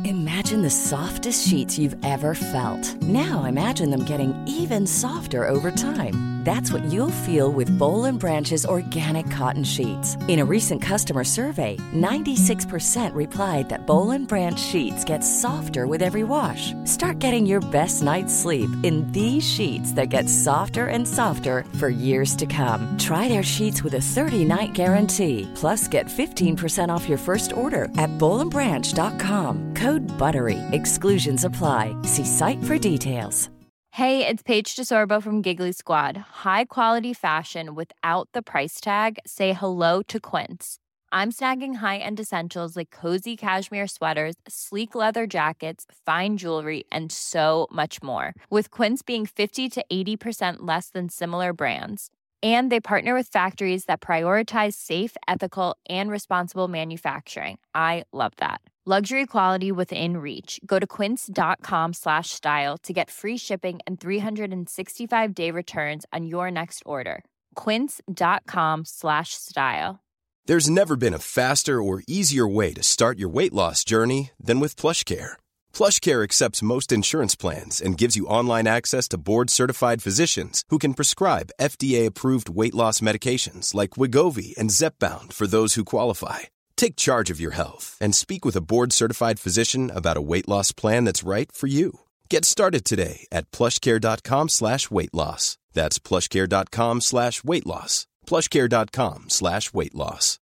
Imagine the softest sheets you've ever felt. Now imagine them getting even softer over time. That's what you'll feel with Boll & Branch's organic cotton sheets. In a recent customer survey, 96% replied that Boll & Branch sheets get softer with every wash. Start getting your best night's sleep in these sheets that get softer and softer for years to come. Try their sheets with a 30-night guarantee. Plus, get 15% off your first order at bollandbranch.com. Code BUTTERY. Exclusions apply. See site for details. Hey, it's Paige DeSorbo from Giggly Squad. High quality fashion without the price tag. Say hello to Quince. I'm snagging high-end essentials like cozy cashmere sweaters, sleek leather jackets, fine jewelry, and so much more. With Quince being 50 to 80% less than similar brands. And they partner with factories that prioritize safe, ethical, and responsible manufacturing. I love that. Luxury quality within reach. Go to quince.com/style to get free shipping and 365-day returns on your next order. Quince.com/style. There's never been a faster or easier way to start your weight loss journey than with PlushCare. PlushCare accepts most insurance plans and gives you online access to board-certified physicians who can prescribe FDA-approved weight loss medications like Wegovy and Zepbound for those who qualify. Take charge of your health and speak with a board-certified physician about a weight loss plan that's right for you. Get started today at plushcare.com/weightloss. That's plushcare.com/weightloss. plushcare.com/weightloss.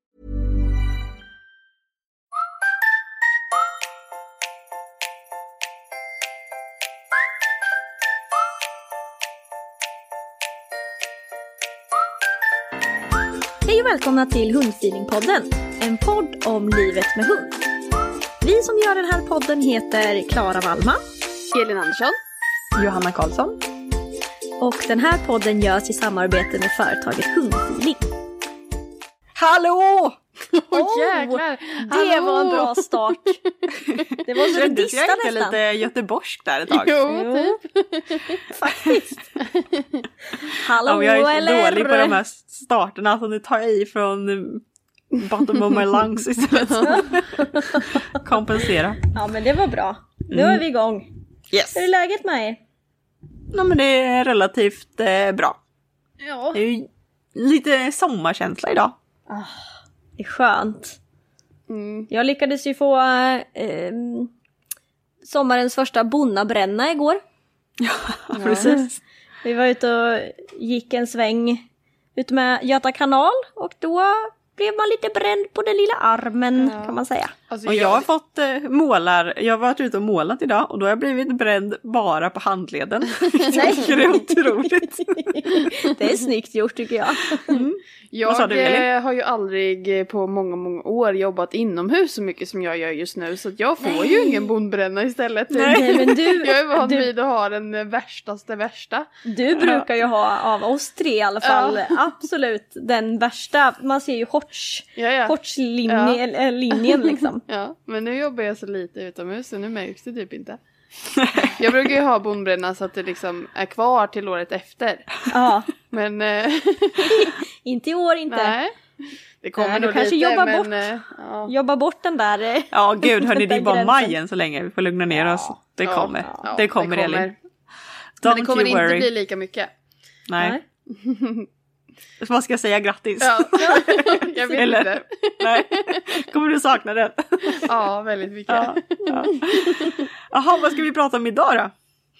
Hej och välkomna till Hundfeelingpodden, en podd om livet med hund. Vi som gör den här podden heter Klara Wallman, Elin Andersson, Johanna Karlsson. Och den här podden görs i samarbete med företaget Hundfeeling. Hallå! Jäklar! Det var en bra start. Det var så det distade nästan. Lite göteborgsk där ett tag. Jo, typ. Faktiskt. Hallå, jag är eller? dålig på de här starterna, så nu tar jag i från bottom of my lungs istället. Kompensera. Ja, men det var bra. Nu är vi igång. Yes. Hur är läget med er? Ja, men det är relativt bra. Ja. Det är ju lite sommarkänsla idag. Det är skönt. Jag lyckades ju få sommarens första bonnabränna igår. Ja, precis. Vi var ute och gick en sväng ut med Göta kanal och då blev man lite bränd på den lilla armen, kan man säga. Alltså, Och jag har fått jag har varit ute och målat idag och då har jag blivit bränd bara på handleden. Jag tycker det är otroligt. Det är snyggt gjort, tycker jag. Vad sa du, Elin? har ju aldrig på många år jobbat inomhus så mycket som jag gör just nu, så att jag får ju ingen bondbränna istället. Nej, men jag är van vid att ha den värsta. Du brukar ju ha av oss tre i alla fall absolut den värsta. Man ser ju linjen liksom. Ja, men nu jobbar jag så lite utomhus så nu märks det typ inte. Jag brukar ju ha bondbränna så att det liksom är kvar till året efter. Ja. Men inte i år inte. Nej. Det kommer du kanske lite, jobba bort den där. Ja, gud hörni, det är bara maj än så länge. Vi får lugna ner oss. Det kommer. Det kommer, Elin. Men det kommer inte bli lika mycket. Nej. Så vad ska jag säga? Grattis. Ja. Jag vet inte. Nej. Kommer du sakna den? Ja, väldigt mycket. Ja. Jaha, vad ska vi prata om idag då?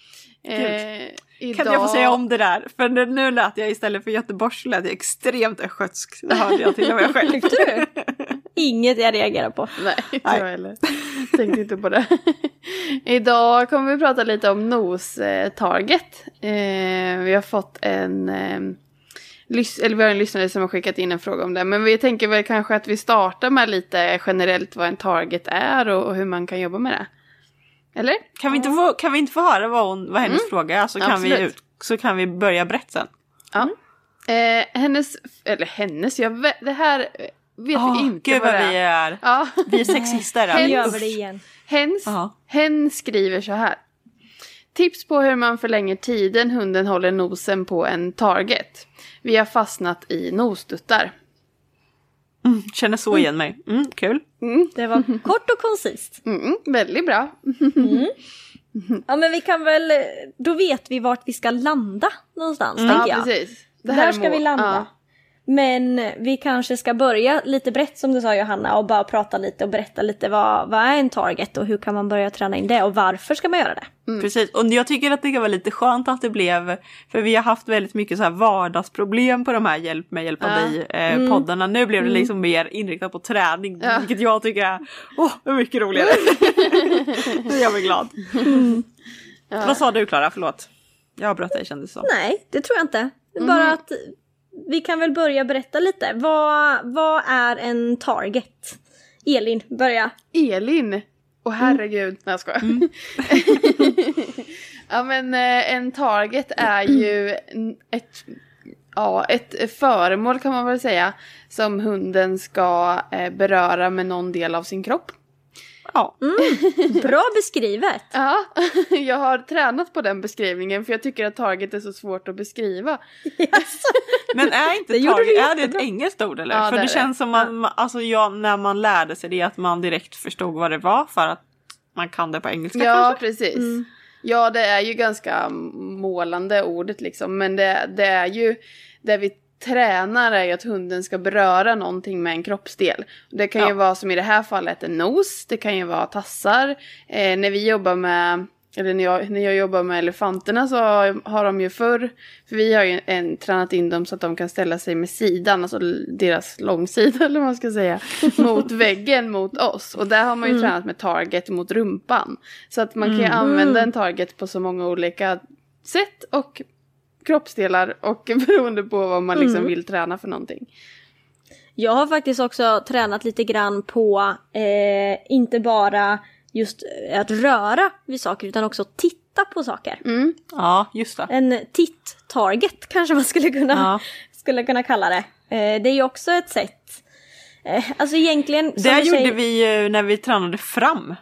Kan jag få säga om det där? För nu lät jag istället för Göteborgs lät jag extremt östgötsk. Det hörde jag till och med själv. Tyckte du? Inget jag reagerar på. Nej, inte jag heller. Tänkte inte på det. Idag kommer vi prata lite om nos-target. Vi har fått vi har en lyssnare som har skickat in en fråga om det. Men vi tänker väl kanske att vi startar med lite generellt vad en target är och hur man kan jobba med det. Eller? Kan vi inte få höra vad hennes fråga är, så kan vi börja brett sen. Ja. Hennes, det här vet vi inte gud vad det vi är. Ja. Vi är sexister. Nu gör vi det igen. Hen skriver så här. Tips på hur man förlänger tiden hunden håller nosen på en target. Vi har fastnat i nosduttar. Känner så igen mig. Kul. Det var kort och koncist. Väldigt bra. Ja, men vi kan väl, då vet vi vart vi ska landa någonstans, tänker jag. Precis. Där ska vi landa. Ja. Men vi kanske ska börja lite brett, som du sa, Johanna, och bara prata lite och berätta lite vad är en target och hur kan man börja träna in det och varför ska man göra det? Precis, och jag tycker att det kan vara lite skönt att det blev, för vi har haft väldigt mycket så här vardagsproblem på de här hjälp av dig poddarna. Nu blev det liksom mer inriktat på träning, vilket jag tycker är mycket roligare. Nu är jag väl glad. Vad sa du, Klara? Förlåt. Jag avbröt dig, kändes så. Nej, det tror jag inte. Bara att vi kan väl börja berätta lite. Vad är en target? Elin, börja. Elin? Åh herregud, nej jag skojar. Ja men en target är ju ett föremål kan man väl säga, som hunden ska beröra med någon del av sin kropp. Ja. Bra beskrivet. Ja, jag har tränat på den beskrivningen för jag tycker att target är så svårt att beskriva. Yes. Men är inte target, är det ett engelskt ord eller? Ja, för det känns som när man lärde sig det att man direkt förstod vad det var för att man kan det på engelska kanske. Precis. Ja, det är ju ganska målande ordet liksom, men det är ju det vi tränar är ju att hunden ska beröra någonting med en kroppsdel. Det kan ju vara som i det här fallet en nos, det kan ju vara tassar. När vi jobbar med, eller när jag jobbar med elefanterna så har de ju för vi har ju tränat in dem så att de kan ställa sig med sidan, alltså deras långsida eller vad man ska säga, mot väggen mot oss. Och där har man ju tränat med target mot rumpan. Så att man kan ju använda en target på så många olika sätt och kroppsdelar och beroende på vad man liksom vill träna för någonting. Jag har faktiskt också tränat lite grann på inte bara just att röra vid saker utan också titta på saker. Ja, just det. En titt-target kanske man skulle kunna kalla det. Det är ju också ett sätt. Alltså egentligen... Det gjorde vi när vi tränade fram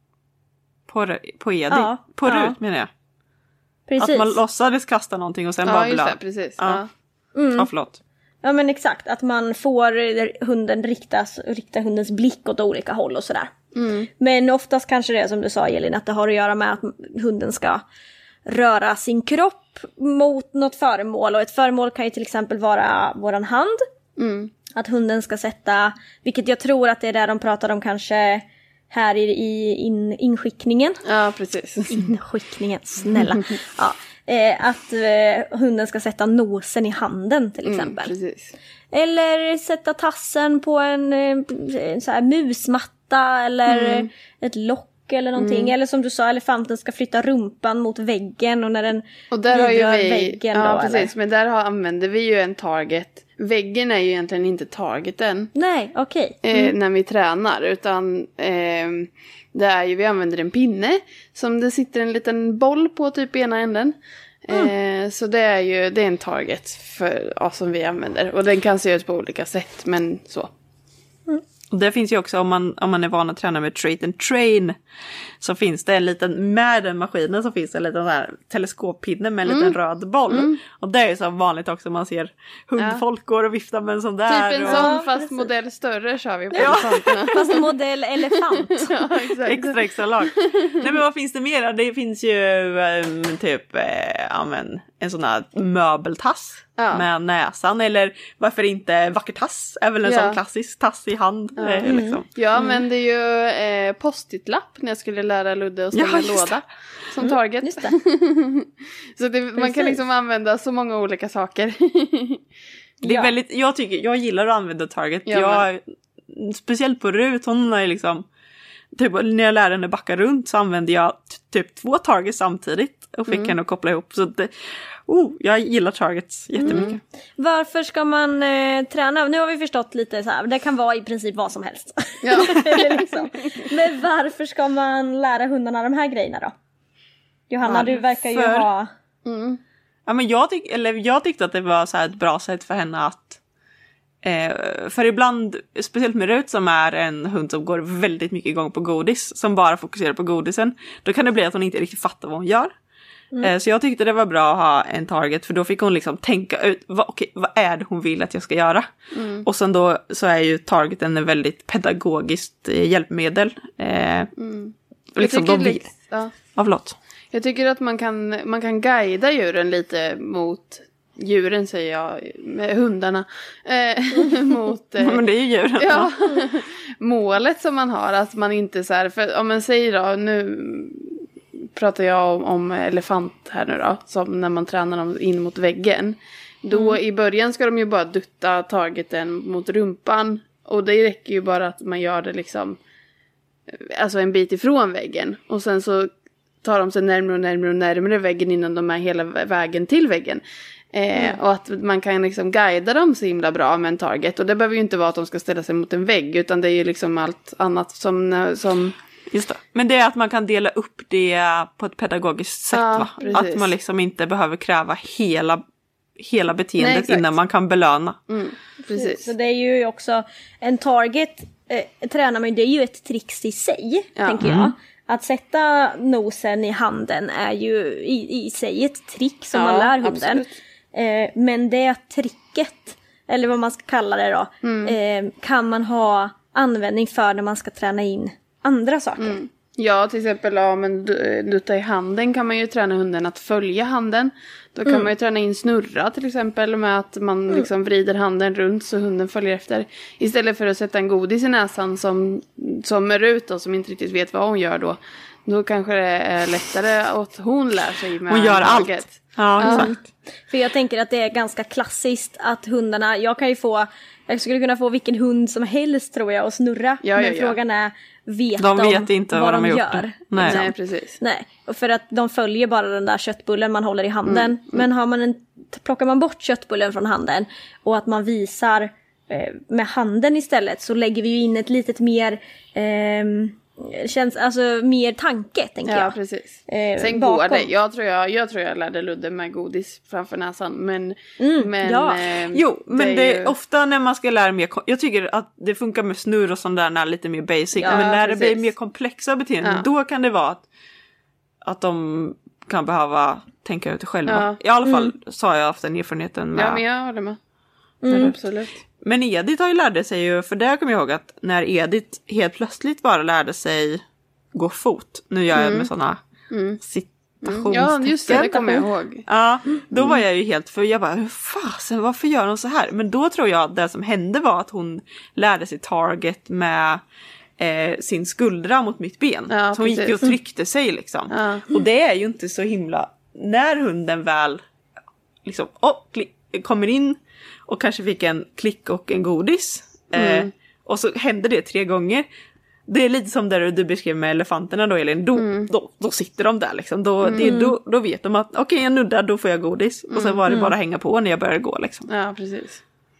på Edi. På Rut menar jag. Precis. Att man låtsades kasta någonting och sen bara just det, precis. Ja, förlåt. Ja, men exakt. Att man får hunden rikta hundens blick åt olika håll och sådär. Men oftast kanske det är som du sa, Elin, att det har att göra med att hunden ska röra sin kropp mot något föremål. Och ett föremål kan ju till exempel vara våran hand. Att hunden ska sätta, vilket jag tror att det är där de pratar om kanske... Här i inskickningen. Ja, precis. Inskickningen, snälla. Att hunden ska sätta nosen i handen till exempel. Precis. Eller sätta tassen på en så här musmatta eller ett lock eller någonting. Eller som du sa, elefanten ska flytta rumpan mot väggen och när den vidrör väggen. Ja, då, precis. eller? Men där använder vi ju en target. Väggen är ju egentligen inte targeten. Nej, okej. När vi tränar. Utan det är ju, vi använder en pinne som det sitter en liten boll på typ i ena änden. Så det är en target som vi använder. Och den kan se ut på olika sätt, men så. Och det finns ju också, om man är van att träna med Trait and Train, så finns det en liten, med den maskinen så finns det en liten där teleskoppinne med en liten röd boll. Och det är ju så vanligt också, man ser hundfolk går och viftar med en sån där. Typ en sån, fast modell större kör vi på elefanterna. Fast modell elefant. Ja, exakt. Extra lag. Nej, men vad finns det mer? Det finns ju en sån här möbeltass med näsan, eller varför inte vacker tass är väl en sån klassisk tass i hand. Liksom. Jag använde ju postitlapp när jag skulle lära Ludde att ställa en låda som target. Just det. Så man kan liksom använda så många olika saker. Det är väldigt, jag gillar att använda target. Speciellt på Rut, hon är liksom typ, när jag lärde henne backa runt så använde jag typ 2 targets samtidigt och fick henne att koppla ihop. Så jag gillar targets jättemycket. Varför ska man träna? Nu har vi förstått lite så här. Det kan vara i princip vad som helst. Ja. liksom. Men varför ska man lära hundarna de här grejerna då? Johanna, du verkar ju ha... Ja, men jag tyckte att det var så här ett bra sätt för henne att... för ibland, speciellt med Rut som är en hund som går väldigt mycket igång på godis, som bara fokuserar på godisen, då kan det bli att hon inte riktigt fattar vad hon gör. Så jag tyckte det var bra att ha en target, för då fick hon liksom tänka ut vad är det hon vill att jag ska göra. Och sen då så är ju targeten en väldigt pedagogiskt hjälpmedel. Liksom förlåt. Jag tycker att man kan guida djuren lite mot djuren, säger jag, med hundarna. Mot men det är ju djuren. Ja, målet som man har, att man inte så här, för om man säger då, nu pratar jag om elefant här nu då, som när man tränar dem in mot väggen. Då i början ska de ju bara dutta targeten mot rumpan, och det räcker ju bara att man gör det liksom, alltså en bit ifrån väggen, och sen så tar de sig närmare väggen innan de är hela vägen till väggen. Och att man kan liksom guida dem så himla bra med en target. Och det behöver ju inte vara att de ska ställa sig mot en vägg, utan det är ju liksom allt annat som... Just det. Men det är att man kan dela upp det på ett pedagogiskt sätt, va? Precis. Att man liksom inte behöver kräva hela beteendet innan man kan belöna. Precis. Så det är ju också en target, tränar man, det är ju ett tricks i sig, tänker jag. Att sätta nosen i handen är ju i sig ett trick som man lär hunden. Men det tricket, eller vad man ska kalla det då, kan man ha användning för när man ska träna in andra saker. Ja, till exempel men dutta i handen kan man ju träna hunden att följa handen. Då kan man ju träna in snurra till exempel, med att man liksom vrider handen runt så hunden följer efter. Istället för att sätta en godis i näsan som är ut och som inte riktigt vet vad hon gör då. Då kanske det är lättare att hon lär sig med hon gör taget. Allt. Ja, exakt. För jag tänker att det är ganska klassiskt att hundarna, jag skulle kunna få vilken hund som helst tror jag och snurra. Men frågan är, de vet inte vad de gör. Nej, precis. Nej, och för att de följer bara den där köttbullen man håller i handen. Men plockar man bort köttbullen från handen och att man visar med handen istället, så lägger vi ju in ett litet mer mer tanke, tänker jag. Ja, precis. Sen går det. Jag tror jag lärde Ludde med godis framför näsan. Men det är ofta när man ska lära mer. Jag tycker att det funkar med snurr och sånt där när lite mer basic. Men när det blir mer komplexa beteenden, då kan det vara att de kan behöva tänka ut det själva. I alla fall så har jag haft den erfarenheten med. Ja, men jag håller med. Absolut. Men Edith har ju lärde sig ju, för där kommer jag ihåg att när Edith helt plötsligt bara lärde sig gå fot, nu gör jag med sådana citationstecken. Ja, just det kommer jag ihåg. Ja, då var jag ju helt, för jag bara, hur fasen, varför gör hon så här? Men då tror jag att det som hände var att hon lärde sig target med sin skuldra mot mitt ben. Ja, så hon gick ju och tryckte sig liksom. Och det är ju inte så himla, när hunden väl liksom, kommer in och kanske fick en klick och en godis. Och så hände det 3 gånger. Det är lite som där du beskrev med elefanterna då, Elin. Då sitter de där liksom. Då vet de att okej, jag nuddar, då får jag godis. Och sen var det bara hänga på när jag började gå liksom. Ja, precis.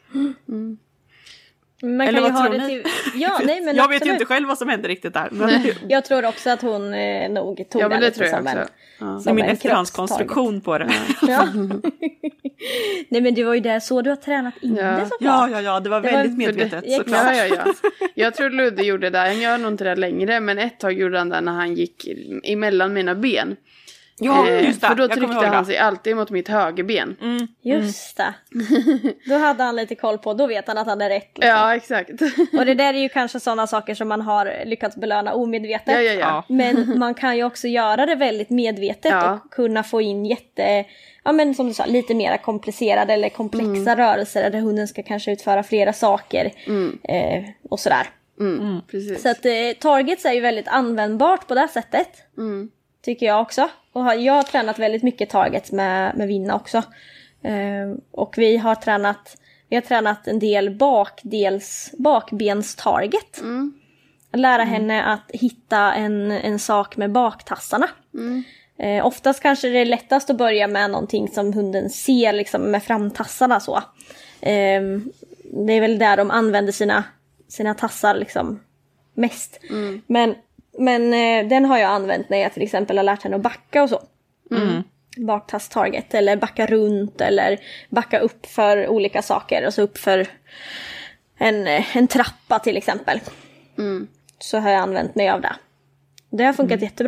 Man eller kan vad ju tror ha ni? det till... Ja, nej, men jag vet ju inte själv vad som hände riktigt där. Men... jag tror också att hon nog tog det lite som en... Det är min efterhandskonstruktion på det. Ja. Nej, men det var ju det så du har tränat in det så bra. Ja, det var väldigt medvetet såklart. Ja. Jag tror Ludde gjorde det. Han gör nog inte det längre, men ett tag gjorde han det när han gick emellan mina ben. Ja, just det. För då tryckte han sig alltid mot mitt högerben. Just det. Då hade han lite koll på, då vet han att han är rätt. Liksom. Ja, exakt. Och det där är ju kanske sådana saker som man har lyckats belöna omedvetet. Ja. Men man kan ju också göra det väldigt medvetet och kunna få in som du sa, lite mer komplicerade eller komplexa rörelser där hunden ska kanske utföra flera saker och sådär. Precis. Så att targets är ju väldigt användbart på det sättet. Tycker jag också. Och jag har tränat väldigt mycket targets med Vinna också. Och vi har tränat en del bakbens-target. Lära henne att hitta en sak med baktassarna. Oftast kanske det är lättast att börja med någonting som hunden ser liksom, med framtassarna så. Det är väl där de använder sina tassar liksom, mest. Men den har jag använt när jag till exempel har lärt henne att backa och så. Baktass-target, eller backa runt, eller backa upp för olika saker. Och så upp för en trappa till exempel. Så har jag använt mig av det. Det har funkat jättebra.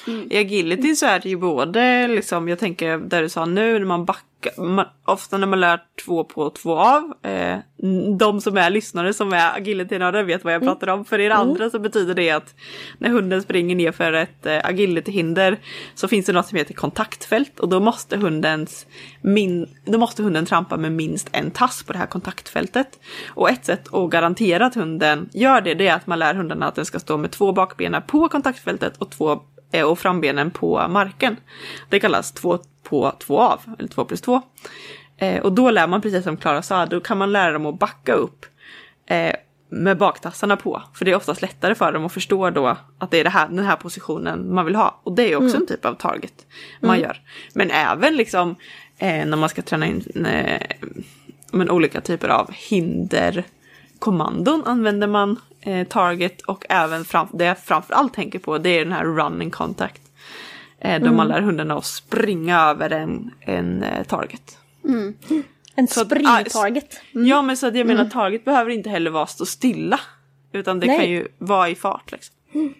I agility så är det ju både liksom, jag tänker där du sa nu när man backar, ofta när man lär 2 på 2 av, de som är lyssnare som är agility-nördar vet vad jag pratar om. För er andra så betyder det att när hunden springer ner för ett agility-hinder så finns det något som heter kontaktfält, och då måste hunden trampa med minst en tass på det här kontaktfältet. Och ett sätt att garantera att hunden gör det är att man lär hunden att den ska stå med 2 bakbenen på kontaktfältet och frambenen på marken. Det kallas 2 på 2 av, eller 2 plus 2. Och då lär man, precis som Clara sa, då kan man lära dem att backa upp med baktassarna på. För det är oftast lättare för dem att förstå då att det är den här positionen man vill ha. Och det är också en typ av target man gör. Men även liksom när man ska träna in olika typer av hinderkommandon använder man target, och även det jag framförallt tänker på, det är den här running contact. Då man lär hundarna att springa över en target. En springtarget. Ja, men så att jag menar, target behöver inte heller vara stå stilla. Utan det kan ju vara i fart liksom.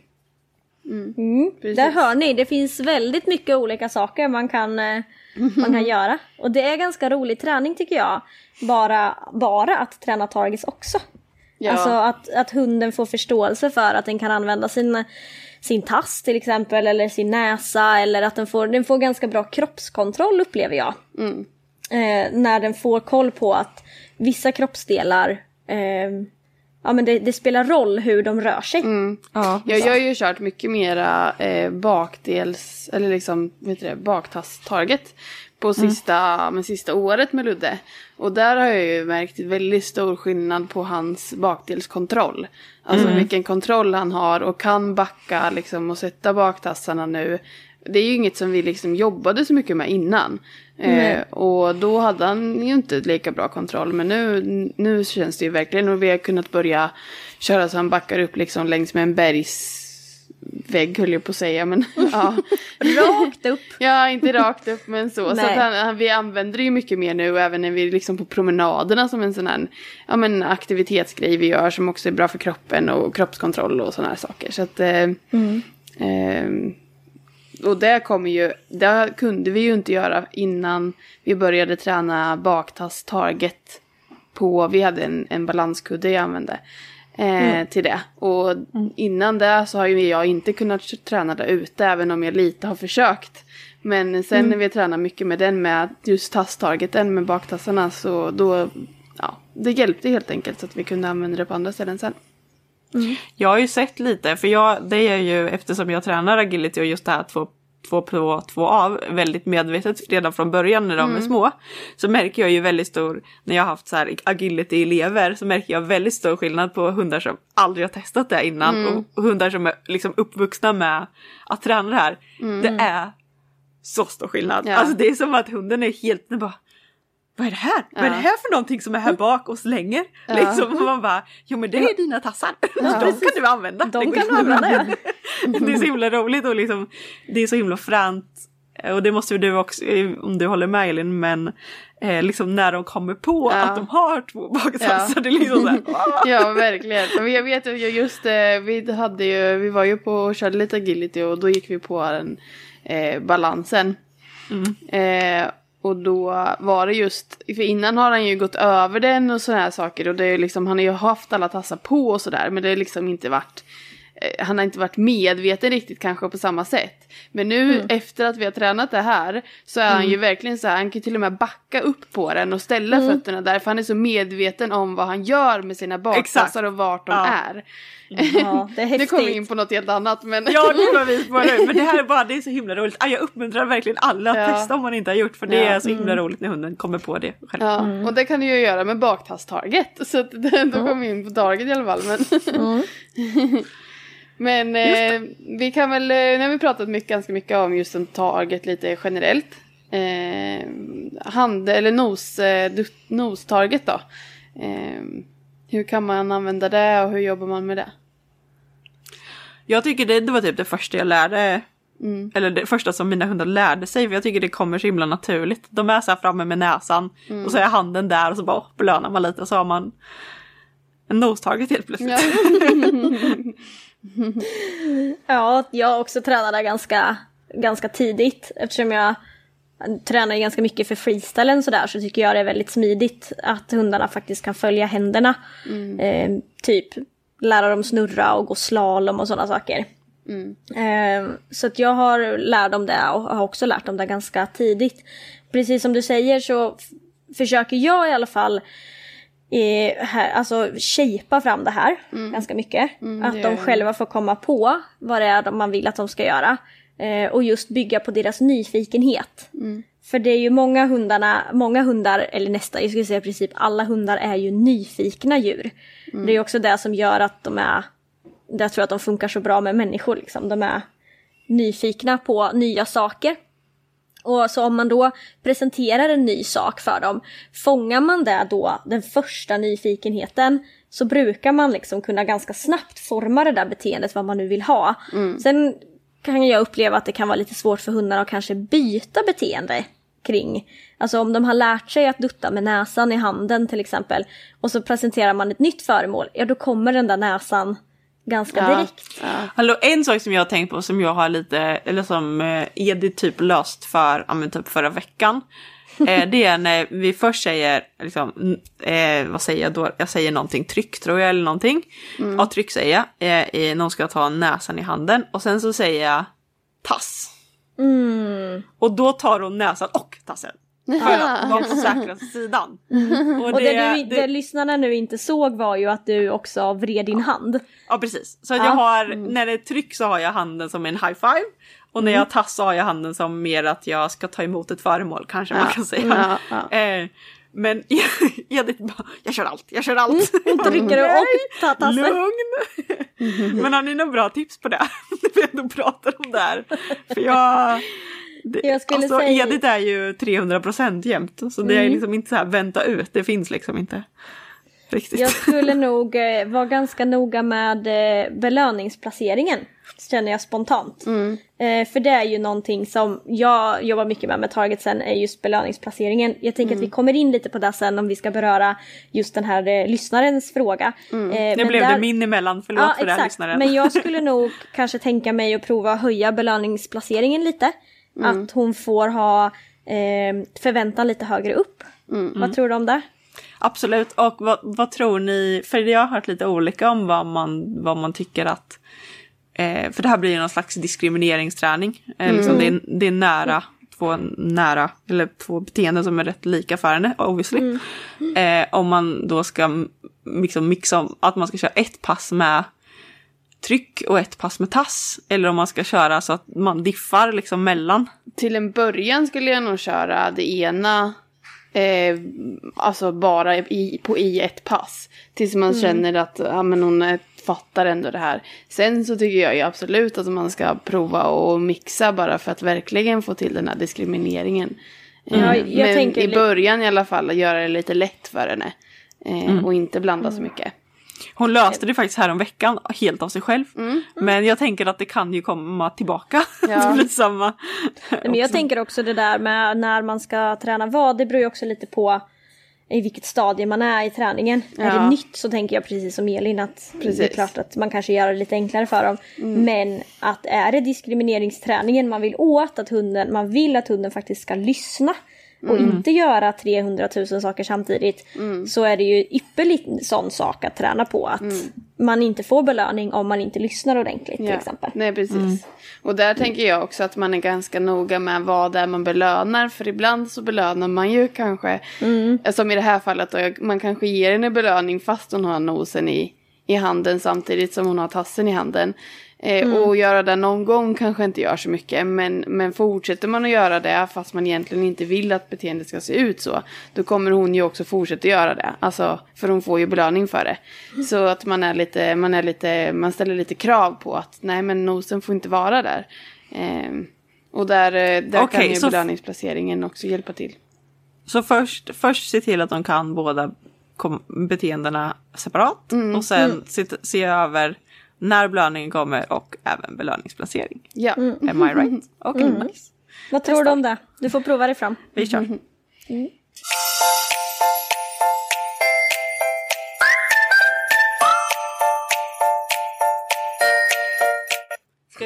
Där hör ni, det finns väldigt mycket olika saker man kan göra. Och det är ganska rolig träning tycker jag. Bara att träna targets också. Ja. Alltså att hunden får förståelse för att den kan använda sin tass till exempel, eller sin näsa, eller att den får ganska bra kroppskontroll, upplever jag. När den får koll på att vissa kroppsdelar men det spelar roll hur de rör sig. Jag har ju kört mycket mera bakdels, eller liksom baktass-target på sista året med Ludde. Och där har jag ju märkt väldigt stor skillnad på hans bakdelskontroll. Alltså vilken kontroll han har och kan backa liksom och sätta baktassarna nu. Det är ju inget som vi liksom jobbade så mycket med innan. Och då hade han ju inte lika bra kontroll. Men nu känns det ju verkligen. Och vi har kunnat börja köra så han backar upp liksom längs med en bergsvägg, höll jag på att säga. Men, ja. Rakt upp. Ja, inte rakt upp men så. Så att vi använder det ju mycket mer nu. Även när vi är liksom på promenaderna som en sån här aktivitetsgrej vi gör. Som också är bra för kroppen och kroppskontroll och såna här saker. Så att... och det kunde vi ju inte göra innan vi började träna baktass target på, vi hade en balanskudde jag använde till det. Och innan det så har ju jag inte kunnat träna där ute, även om jag lite har försökt. Men sen när vi tränar mycket med den, med just tasstargeten med baktassarna, så då, det hjälpte helt enkelt så att vi kunde använda det på andra ställen sen. Jag har ju sett lite, för det är ju, eftersom jag tränar agility och just det här 2 på 2 av väldigt medvetet redan från början när de är små, så märker jag ju väldigt stor, när jag har haft så här agility-elever, så märker jag väldigt stor skillnad på hundar som aldrig har testat det innan och hundar som är liksom uppvuxna med att träna det här. Det är så stor skillnad. Ja. Alltså det är som att hunden är helt bara, vad är det här? Vad är det här för någonting som är här bak och slänger? Liksom, och man bara, jo men det är dina tassar. De kan du använda. Det är så himla roligt och liksom, det är så himla fränt. Och det måste ju du också, om du håller med Elin, men liksom när de kommer på att de har 2 baktassar, det är liksom så här. Ja, verkligen. Och jag vet ju just, vi var ju på och körde lite agility och då gick vi på den balansen. Och då var det just, för innan har han ju gått över den och sådana här saker. Och det är liksom, han har ju haft alla tassar på och sådär. Men det är liksom inte varit, han har inte varit medveten riktigt kanske på samma sätt. Men nu efter att vi har tränat det här så är han ju verkligen så här, han kan till och med backa upp på den och ställa fötterna där. För han är så medveten om vad han gör med sina baktassar och vart de är. Ja, det är häftigt. Nu kommer vi in på något helt annat. Men... Ja, det var vi på nu. Men det här är bara, det är så himla roligt. Jag uppmuntrar verkligen alla att testa om man inte har gjort. För det är så himla roligt när hunden kommer på det själv. Ja, och det kan du ju göra med baktass-target. Så att, då kommer vi in på target i alla fall. Men vi kan väl, nu har vi pratat ganska mycket om just en target lite generellt. Eller nos-target då. Hur kan man använda det och hur jobbar man med det? Jag tycker det var typ det första jag lärde. Eller det första som mina hundar lärde sig. För jag tycker det kommer så himla naturligt. De är så här framme med näsan. Och så är handen där och så bara belönar man lite. Och så har man en nos-target helt plötsligt. Ja, jag också tränade ganska tidigt eftersom jag tränar ganska mycket för freestylen sådär, så tycker jag det är väldigt smidigt att hundarna faktiskt kan följa händerna. Typ lära dem snurra och gå slalom och sådana saker. Så att jag har lärt dem det och har också lärt dem det ganska tidigt. Precis som du säger så försöker jag i alla fall alltså shapea fram det här ganska mycket. Att de själva får komma på vad det är man vill att de ska göra. Och just bygga på deras nyfikenhet. För det är ju många hundar, eller nästan, jag skulle säga i princip alla hundar är ju nyfikna djur. Det är också det som gör att jag tror att de funkar så bra med människor liksom. De är nyfikna på nya saker. Och så om man då presenterar en ny sak för dem, fångar man det då, den första nyfikenheten, så brukar man liksom kunna ganska snabbt forma det där beteendet vad man nu vill ha. Sen kan jag uppleva att det kan vara lite svårt för hundarna att kanske byta beteende kring. Alltså om de har lärt sig att dutta med näsan i handen till exempel, och så presenterar man ett nytt föremål, ja då kommer den där näsan ganska direkt. Hallå, en sak som jag har tänkt på som jag har lite, eller som Edith typ löst för typ förra veckan. Det är när vi först säger liksom, vad säger jag då? Jag säger någonting, tryck tror jag eller någonting. Ja, tryck säger jag. Någon ska ta näsan i handen. Och sen så säger jag tass. Och då tar hon näsan och tassen. För att vara på säkraste sidan. Och det lyssnarna nu inte såg var ju att du också vred din hand. Ja, precis. Så jag har, när det är tryck så har jag handen som en high five. Och när jag tass så har jag handen som mer att jag ska ta emot ett föremål, kanske man kan säga. Men Edith bara, jag kör allt. Trycker du och tar tassen? Lugn. Men har ni några bra tips på det? Vi ändå pratar om det här. För jag skulle säga... Edith är ju 300% jämt. Så det är liksom inte så här vänta ut. Det finns liksom inte riktigt. Jag skulle nog vara ganska noga med belöningsplaceringen. Känner jag spontant. För det är ju någonting som jag jobbar mycket med Target sen, är just belöningsplaceringen. Jag tänker att vi kommer in lite på det sen om vi ska beröra just den här lyssnarens fråga. Det blev det min emellan, förlåt för det här lyssnaren. Men jag skulle nog kanske tänka mig att prova att höja belöningsplaceringen lite. Att hon får ha förväntan lite högre upp. Vad tror du om det? Absolut, och vad tror ni, för jag har hört lite olika om vad man tycker att, för det här blir ju någon slags diskrimineringsträning. Liksom det är två beteenden som är rätt lika för henne, obviously. Om man då ska liksom mixa, att man ska köra ett pass med tryck och ett pass med tass, eller om man ska köra så att man diffar liksom mellan. Till en början skulle jag nog köra det ena alltså bara i ett pass tills man känner att men hon fattar ändå det här. Sen så tycker jag ju absolut att man ska prova och mixa bara för att verkligen få till den här diskrimineringen. Jag men tänker i början i alla fall göra det lite lätt för henne och inte blanda så mycket. Hon löste det faktiskt här om veckan helt av sig själv. Men jag tänker att det kan ju komma tillbaka. Det blir samma. Men jag tänker också det där med när man ska träna vad. Det beror ju också lite på i vilket stadie man är i träningen. Är det nytt så tänker jag precis som Elin att det är klart att man kanske gör det lite enklare för dem. Men att är det diskrimineringsträningen man vill åt, att man vill att hunden faktiskt ska lyssna och inte göra 300 000 saker samtidigt, så är det ju ypperligt sån sak att träna på, att man inte får belöning om man inte lyssnar ordentligt till exempel. Nej, precis. Och där tänker jag också att man är ganska noga med vad det är man belönar, för ibland så belönar man ju kanske, som i det här fallet då, man kanske ger henne belöning fast hon har nosen i handen samtidigt som hon har tassen i handen. Och göra det någon gång kanske inte gör så mycket, men fortsätter man att göra det fast man egentligen inte vill att beteendet ska se ut så, då kommer hon ju också fortsätta göra det, alltså, för hon får ju belöning för det. Så att man ställer lite krav på att nej, men nosen får inte vara där. Och där kan ju belöningsplaceringen också hjälpa till. Så först se till att de kan båda beteendena separat och sen se över när belöningen kommer och även belöningsplacering. Ja. Am I right? Okej, nice. Vad tror du om det? Du får prova det fram. Vi kör.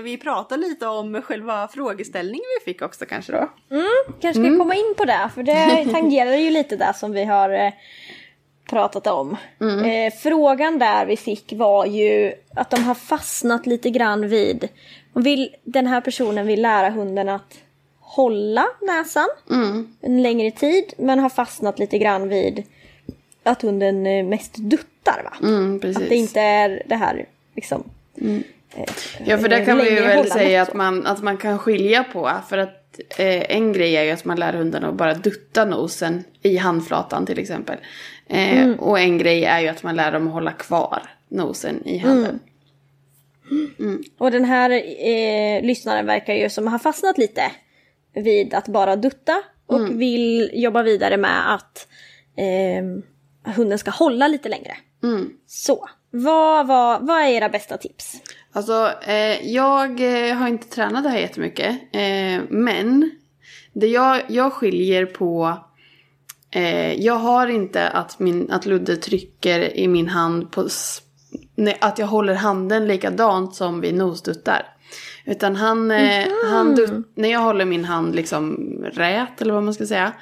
vi prata lite om själva frågeställningen vi fick också kanske då? Kanske ska komma in på det, för det tangerar ju lite där som vi har pratat om. Frågan där vi fick var ju att de har fastnat lite grann vid, den här personen vill lära hunden att hålla näsan en längre tid, men har fastnat lite grann vid att hunden mest duttar, va? Precis. Att det inte är det här liksom ja, för där kan vi ju väl säga att man kan skilja på, för att en grej är ju att man lär hunden att bara dutta nosen i handflatan till exempel. Och en grej är ju att man lär dem att hålla kvar nosen i handen. Och den här lyssnaren verkar ju som har fastnat lite vid att bara dutta och vill jobba vidare med att hunden ska hålla lite längre. Så, vad är era bästa tips? Alltså, jag har inte tränat det här jättemycket. Men det jag skiljer på... jag har inte att Ludde trycker i min hand på... att jag håller handen likadant som vid nosduttar. Utan när jag håller min hand liksom rät, eller vad man ska säga...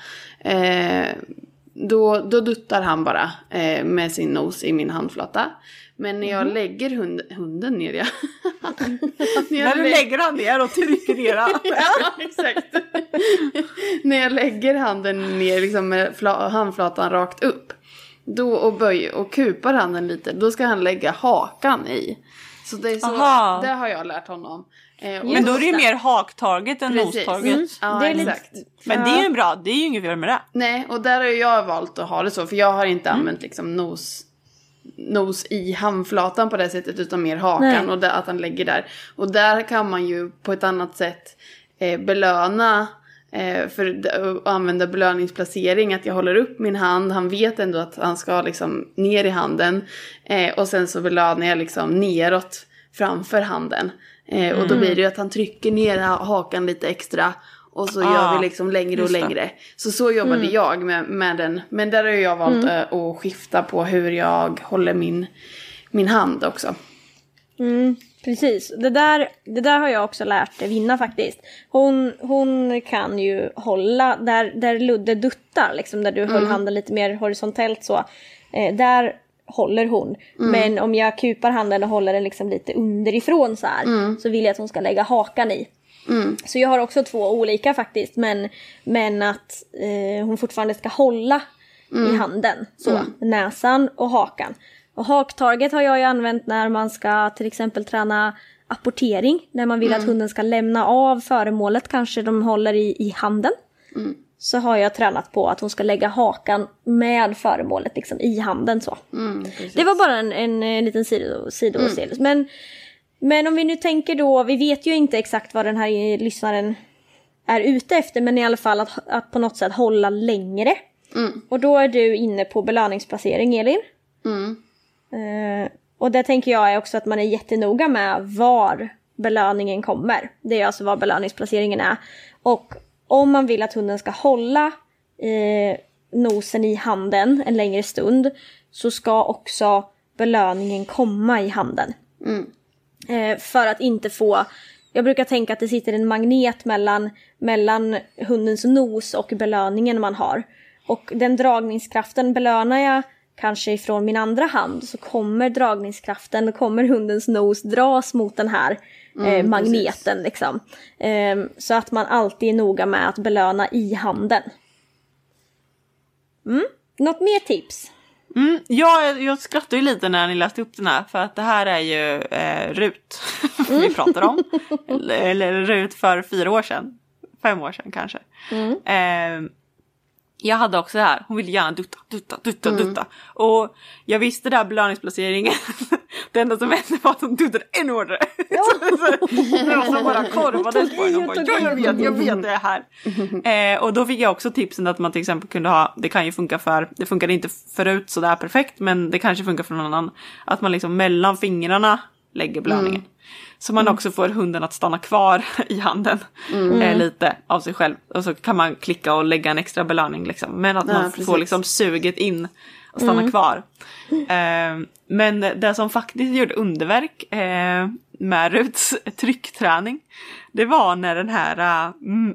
Då duttar han bara med sin nos i min handflata. Men när jag lägger hunden ner... när du lägger han ner och trycker ner. Ja, exakt. När jag lägger handen ner liksom med handflatan rakt upp. Då och kupar handen lite. Då ska han lägga hakan i. Så det är så, det har jag lärt honom. Men då är det ju mer haktaget än nostaget. Ja, det är exakt. Men det är ju bra, det är ju inget fel med det. Nej, och där har jag valt att ha det så. För jag har inte använt liksom nos i handflatan på det sättet, utan mer hakan. Och att han lägger där. Och där kan man ju på ett annat sätt belöna, för att använda belöningsplacering, att jag håller upp min hand, han vet ändå att han ska liksom ner i handen, och sen så belönar jag liksom neråt framför handen, och då blir det ju att han trycker ner hakan lite extra, och så gör vi liksom längre och längre. Så jobbade jag med den, men där har jag valt att skifta på hur jag håller min hand också. Precis, det där har jag också lärt Vinna faktiskt. Hon kan ju hålla där Ludde duttar, liksom, där du höll handen lite mer horisontellt så. Där håller hon. Men om jag kupar handen och håller den liksom lite underifrån så här, så vill jag att hon ska lägga hakan i. Så jag har också 2 olika faktiskt, men att hon fortfarande ska hålla i handen så, näsan och hakan. Och haktaget har jag ju använt när man ska till exempel träna apportering. När man vill att hunden ska lämna av föremålet, kanske de håller i handen. Så har jag tränat på att hon ska lägga hakan med föremålet liksom i handen så. Det var bara en liten sidoserie. Men om vi nu tänker då, vi vet ju inte exakt vad den här lyssnaren är ute efter. Men i alla fall att på något sätt hålla längre. Och då är du inne på belöningsplacering, Elin. Och det tänker jag är också att man är jättenoga med var belöningen kommer. Det är alltså vad belöningsplaceringen är. Och om man vill att hunden ska hålla nosen i handen en längre stund, så ska också belöningen komma i handen. För att inte få... Jag brukar tänka att det sitter en magnet mellan hundens nos och belöningen man har. Och den dragningskraften belönar jag kanske ifrån min andra hand, så kommer dragningskraften, och kommer hundens nos dras mot den här magneten liksom. Så att man alltid är noga med att belöna i handen. Något mer tips? Jag skrattar ju lite när ni läste upp den här, för att det här är ju Rut vi pratar om. eller Rut för 4 år sedan. 5 år sedan kanske. Jag hade också det här. Hon ville gärna dutta. Och jag visste där belöningsplaceringen. Det enda som hände var att hon duttade ännu hårdare. Det var som bara korvades på henne. Jag vet det här. Och då fick jag också tipsen att man till exempel kunde ha, det kan ju funka det funkade inte förut så där perfekt, men det kanske funkar för någon annan. Att man liksom mellan fingrarna lägger belöningen. Så man också får hunden att stanna kvar i handen lite av sig själv. Och så kan man klicka och lägga en extra belöning liksom. Men att man får liksom suget in och stanna kvar. Men det som faktiskt gjorde underverk med Ruts tryckträning. Det var när den här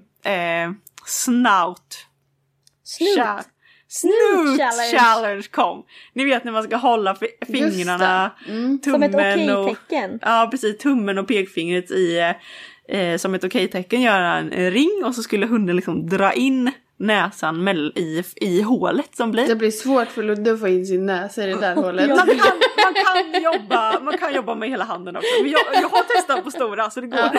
Snoot Challenge kom. Ni vet när man ska hålla fingrarna, tummen som ett okej-tecken. Ja, precis, tummen och pekfingret i som ett okej-tecken göra en ring, och så skulle hunden liksom dra in näsan i hålet som blir. Det blir svårt för Ludde att få in sin näsa i det där hålet. Man kan jobba med hela handen också. Men jag har testat på stora, så det går.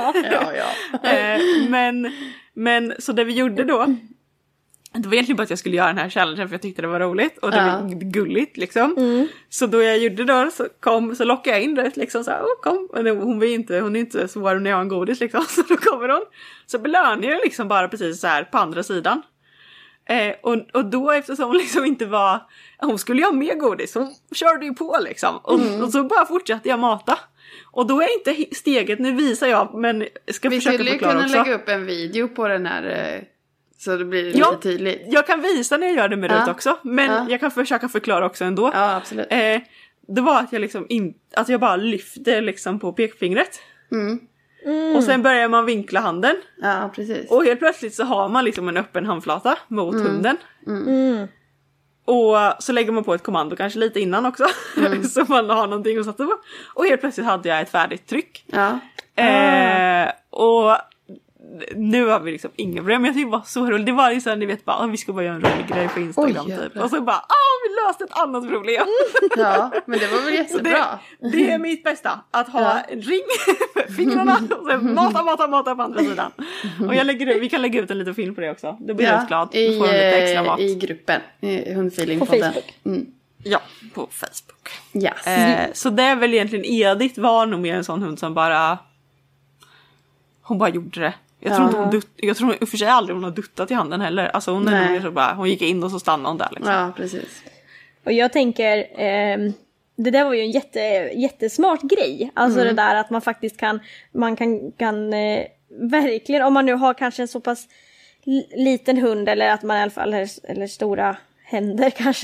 Men så det vi gjorde då, det var egentligen bara att jag skulle göra den här challengen för jag tyckte det var roligt och det var gulligt liksom. Så då jag gjorde då så lockade jag in det liksom så här, kom. Hon är inte så var när jag har en godis liksom, så då kommer hon. Så belönar jag liksom bara precis så här på andra sidan. Och då, eftersom hon liksom inte var, hon skulle ju ha mer godis, hon körde ju på liksom. Och så bara fortsatte jag mata. Och då är inte steget, nu visar jag, men ska försöka förklara också. Vi skulle kunna lägga upp en video på den här, så det blir lite tydligt. Jag kan visa när jag gör det med Rut också, men jag kan försöka förklara också ändå. Ja, absolut. Det var att jag liksom att jag bara lyfte liksom på pekfingret. Och sen börjar man vinkla handen. Ja, precis. Och helt plötsligt så har man liksom en öppen handflata mot hunden. Och så lägger man på ett kommando kanske lite innan också. Så man har någonting att sätta på. Och helt plötsligt hade jag ett färdigt tryck. Och nu har vi liksom inga problem. Jag tyckte det var så roligt. Det var ju så här, ni vet bara, vi ska bara göra en rolig grej på Instagram typ. Och så bara, vi löste ett annat problem. Ja, men det var väl jättebra. Det är mitt bästa. Att ha en ring med fingrarna och sen mata på andra sidan. Och vi kan lägga ut en liten film på det också. Det blir helt glad. I gruppen. Hundfeeling-podden. På Facebook. Ja, på Facebook. Yes. Så det är väl egentligen Edith var nog mer en sån hund som bara... Hon bara gjorde det. Jag tror i och för sig aldrig hon har duttat i handen heller. Alltså hon är nog så bara, hon gick in och så stannade hon där liksom. Ja, precis. Och jag tänker, det där var ju en jättesmart grej. Alltså det där att man faktiskt kan verkligen, om man nu har kanske en så pass liten hund, eller att man i alla fall, eller stora händer kanske.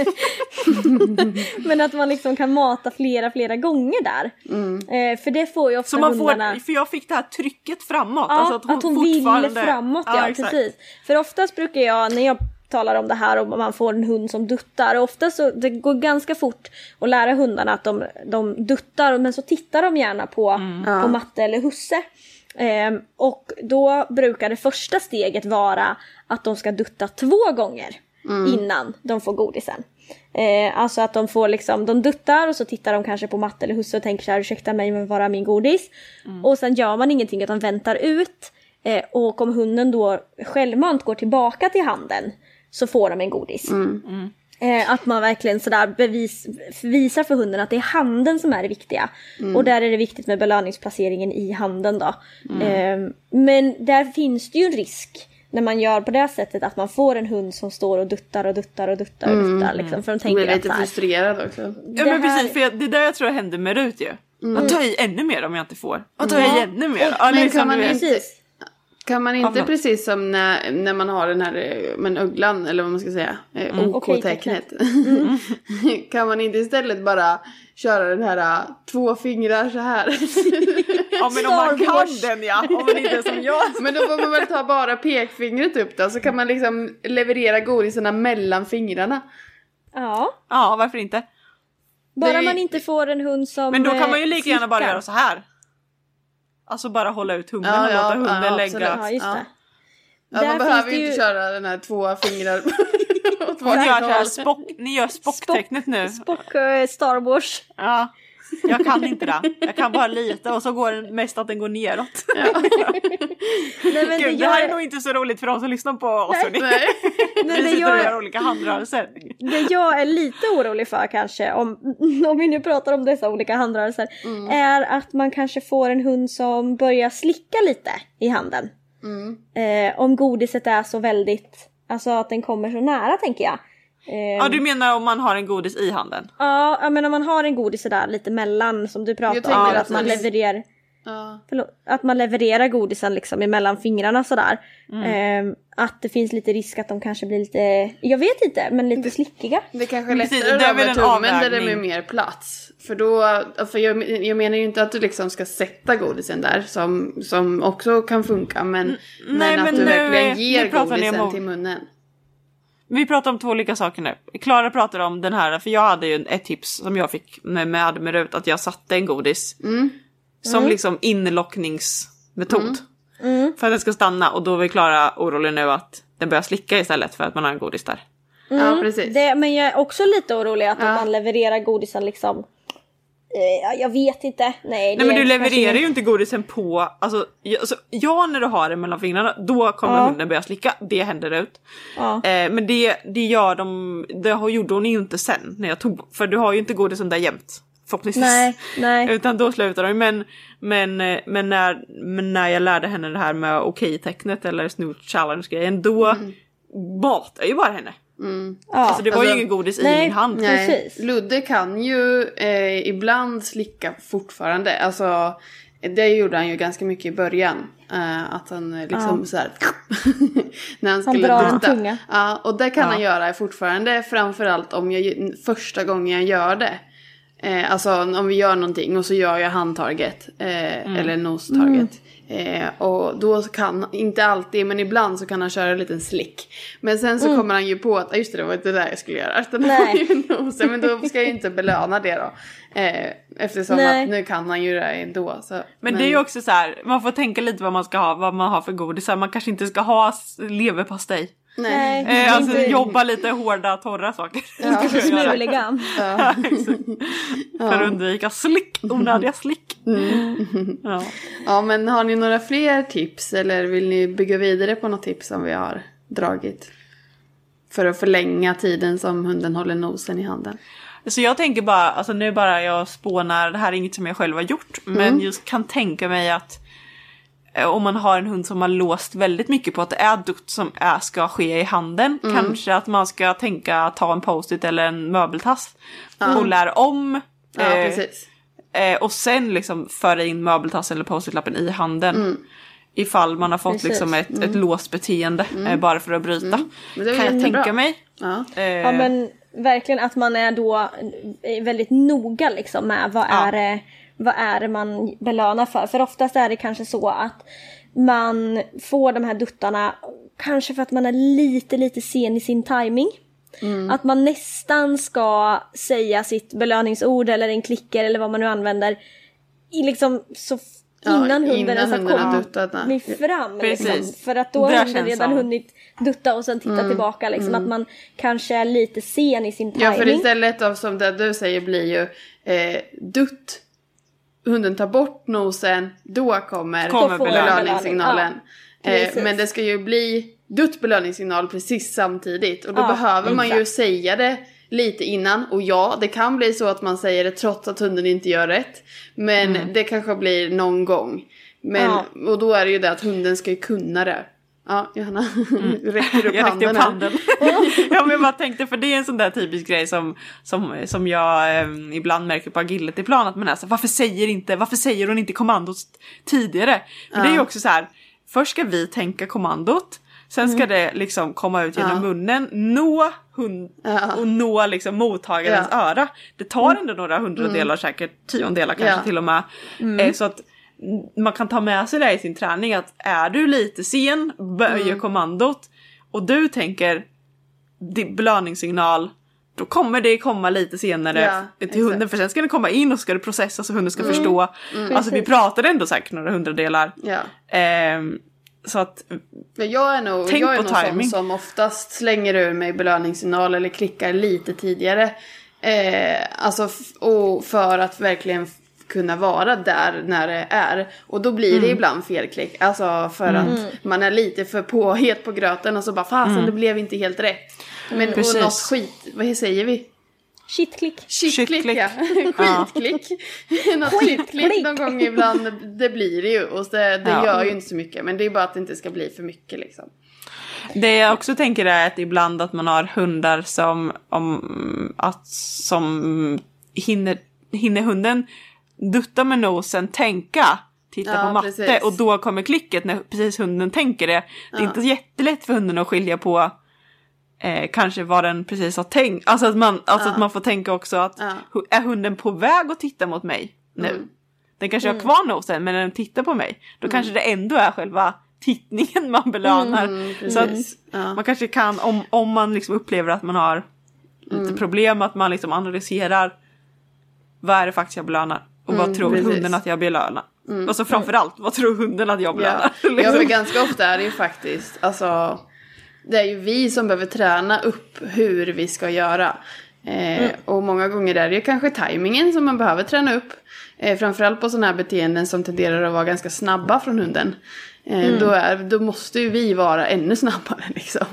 Men att man liksom kan mata flera gånger där. För det får ju ofta så man hundarna... för jag fick det här trycket framåt. Ja, alltså att hon vill framåt, precis. För oftast brukar jag, när jag talar om det här, om man får en hund som duttar, och ofta så det går ganska fort att lära hundarna att de duttar, men så tittar de gärna på matte eller husse. Och då brukar det första steget vara att de ska dutta 2 gånger innan de får godisen. Alltså att de får liksom, de duttar och så tittar de kanske på matte eller husse och tänker så här, ursäkta mig men vara min godis. Och sen gör man ingenting utan väntar ut. Och om hunden då självmant går tillbaka till handen så får de en godis. Att man verkligen sådär visar för hunden att det är handen som är det viktiga. Och där är det viktigt med belöningsplaceringen i handen då. Men där finns det ju en risk när man gör på det sättet att man får en hund som står och duttar liksom, för de tänker blir lite frustrerad också. Ja, men precis, för det är där jag tror jag händer med Rut ju. Man tar i ännu mer om jag inte får. Man tar i ännu mer. Men liksom, kan man inte precis som när man har den här men ugglan, eller vad man ska säga, OK-tecknet. Kan man inte istället bara köra den här 2 fingrar så här? Ja, men om man kan den, om man inte är som jag. Men då får man väl ta bara pekfingret upp då, så kan man liksom leverera godisarna mellan fingrarna. Ja, varför inte? Bara man inte får en hund som... Men då kan man ju lika gärna bara göra så här. Alltså bara hålla ut tummen och låta hunden lägga. Ja, just det. Ja, man behöver ju inte köra den här 2 fingrar. Ni gör Spock-tecknet nu. Spock Star Wars. Ja, jag kan inte det. Jag kan bara lite och så går den mest att den går neråt. Nej, men Gud, det här är nog inte så roligt för de som lyssnar på oss. Nej. Vi sitter och gör olika handrörelser. Det jag är lite orolig för kanske, om vi nu pratar om dessa olika handrörelser, är att man kanske får en hund som börjar slicka lite i handen. Om godiset är så väldigt, alltså att den kommer så nära, tänker jag. Ja, du menar om man har en godis i handen? Ja, men om man har en godis där lite mellan, som du pratar om, att man levererar. att man levererar godisen liksom emellan fingrarna sådär. Att det finns lite risk att de kanske blir lite, jag vet inte, men lite slickiga. Det kanske är lättare att röra tummen där det är mer plats. För jag menar ju inte att du liksom ska sätta godisen där som också kan funka, men att du verkligen ger godisen till munnen. Vi pratar om 2 olika saker nu. Klara pratar om den här, för jag hade ju ett tips som jag fick med Rut, att jag satte en godis som liksom inlockningsmetod för att den ska stanna, och då är Klara orolig nu att den börjar slicka istället för att man har en godis där. Ja, precis. Men jag är också lite orolig att man levererar godisen liksom. Jag vet inte. Nej, men du levererar ju inte godisen på, alltså när du har det mellan fingrarna, då kommer hunden börja slicka. Det händer ut. Men det gör det gjorde hon ju inte sen när jag tog, för du har ju inte godisen där jämt, förhoppningsvis. Nej. Utan då slutar de. Men när jag lärde henne det här med okej-tecknet eller snooch challenge-grejen, då matar jag ju bara henne. Alltså det var ju ingen godis i min hand. Precis. Ludde kan ju ibland slicka fortfarande. Alltså det gjorde han ju ganska mycket i början. Att han liksom så här när han skulle dutta. Ja, och det kan han göra fortfarande, framförallt om första gången jag gör det. Alltså om vi gör någonting och så gör jag handtarget eller nostarget. Och då kan, inte alltid, men ibland så kan han köra en liten slick. Men sen så kommer han ju på att just det var inte det där jag skulle göra. Men då ska jag ju inte belöna det då. Eftersom att nu kan han ju det ändå. Men det är ju också så här, man får tänka lite vad man har för godis. Man kanske inte ska ha leverpastej. Nej. Alltså jobba lite hårda, torra saker. Inte smuliga. För att undvika onödiga slick. Ja, men har ni några fler tips? Eller vill ni bygga vidare på något tips som vi har dragit? För att förlänga tiden som hunden håller nosen i handen. Så jag tänker bara, alltså nu bara jag spånar, det här är inget som jag själv har gjort. Men just kan tänka mig att om man har en hund som har låst väldigt mycket på att det är dutt som ska ske i handen. Kanske att man ska tänka ta en post-it eller en möbeltass. Och lära om. Precis. Och sen liksom föra in möbeltass eller post-it-lappen i handen. Ifall man har fått liksom ett låst beteende. Bara för att bryta. Kan jag tänka mig. Ja, men verkligen att man är då väldigt noga liksom med vad är det man belönar för? För oftast är det kanske så att man får de här duttarna kanske för att man är lite sen i sin timing. Att man nästan ska säga sitt belöningsord eller en klicker eller vad man nu använder liksom så innan hunden ens har kommit fram. Liksom. För att då har hunden redan hunnit dutta och sen titta tillbaka. Liksom. Att man kanske är lite sen i sin timing. Ja, för istället av som det du säger blir ju dutt. Hunden tar bort nosen, då kommer belöningssignalen. Men det ska ju bli dutt belöningssignal precis samtidigt. Och då behöver man ju säga det lite innan. Och ja, det kan bli så att man säger det trots att hunden inte gör rätt. Men det kanske blir någon gång. Och då är det ju det att hunden ska ju kunna det. Ja, Johanna, räcker upp handen. Ja, men jag bara tänkte, för det är en sån där typisk grej som jag ibland märker på agility plan, att man är så, varför säger hon inte kommandot tidigare? För det är ju också så här, först ska vi tänka kommandot, sen ska det liksom komma ut genom munnen, och nå liksom mottagarens öra. Det tar ändå några hundradelar, säkert tiondelar kanske till och med. Så att man kan ta med sig det i sin träning, att är du lite sen, böjer kommandot och du tänker belöningssignal, då kommer det komma lite senare till hunden, för sen ska det komma in och ska det processas och hunden ska förstå. Alltså vi pratade ändå säkert några hundradelar. Så att jag är nog sån som oftast slänger ur mig belöningssignal eller klickar lite tidigare. Alltså för att verkligen kunna vara där när det är. Och då blir det ibland felklick. Alltså för att man är lite för påhet på gröten och så bara fasen det blev inte helt rätt. Men och något skit, vad säger vi? Shitklick, ja. Skitklick. Något skitklick någon gång ibland, det blir det ju. Och det gör ju inte så mycket. Men det är bara att det inte ska bli för mycket liksom. Det jag också tänker är att ibland att man har hundar som hinner hunden dutta med nosen, tänka titta på matte. Precis. Och då kommer klicket när precis hunden tänker det. Det är inte jättelätt för hunden att skilja på kanske vad den precis har tänkt. Alltså att man får tänka också att är hunden på väg att titta mot mig nu? Den kanske har kvar nosen, men när den tittar på mig, då kanske det ändå är själva tittningen man belönar. Så att man kanske kan, om man liksom upplever att man har lite problem, att man liksom analyserar vad är det faktiskt jag belönar. Och vad tror hunden att jag belönar? Och så framförallt, vad tror hunden att jag belönar? Ja, för ganska ofta är det ju faktiskt, alltså, det är ju vi som behöver träna upp hur vi ska göra. Och många gånger är det ju kanske tajmingen som man behöver träna upp. Framförallt på sådana här beteenden som tenderar att vara ganska snabba från hunden. Då måste ju vi vara ännu snabbare liksom.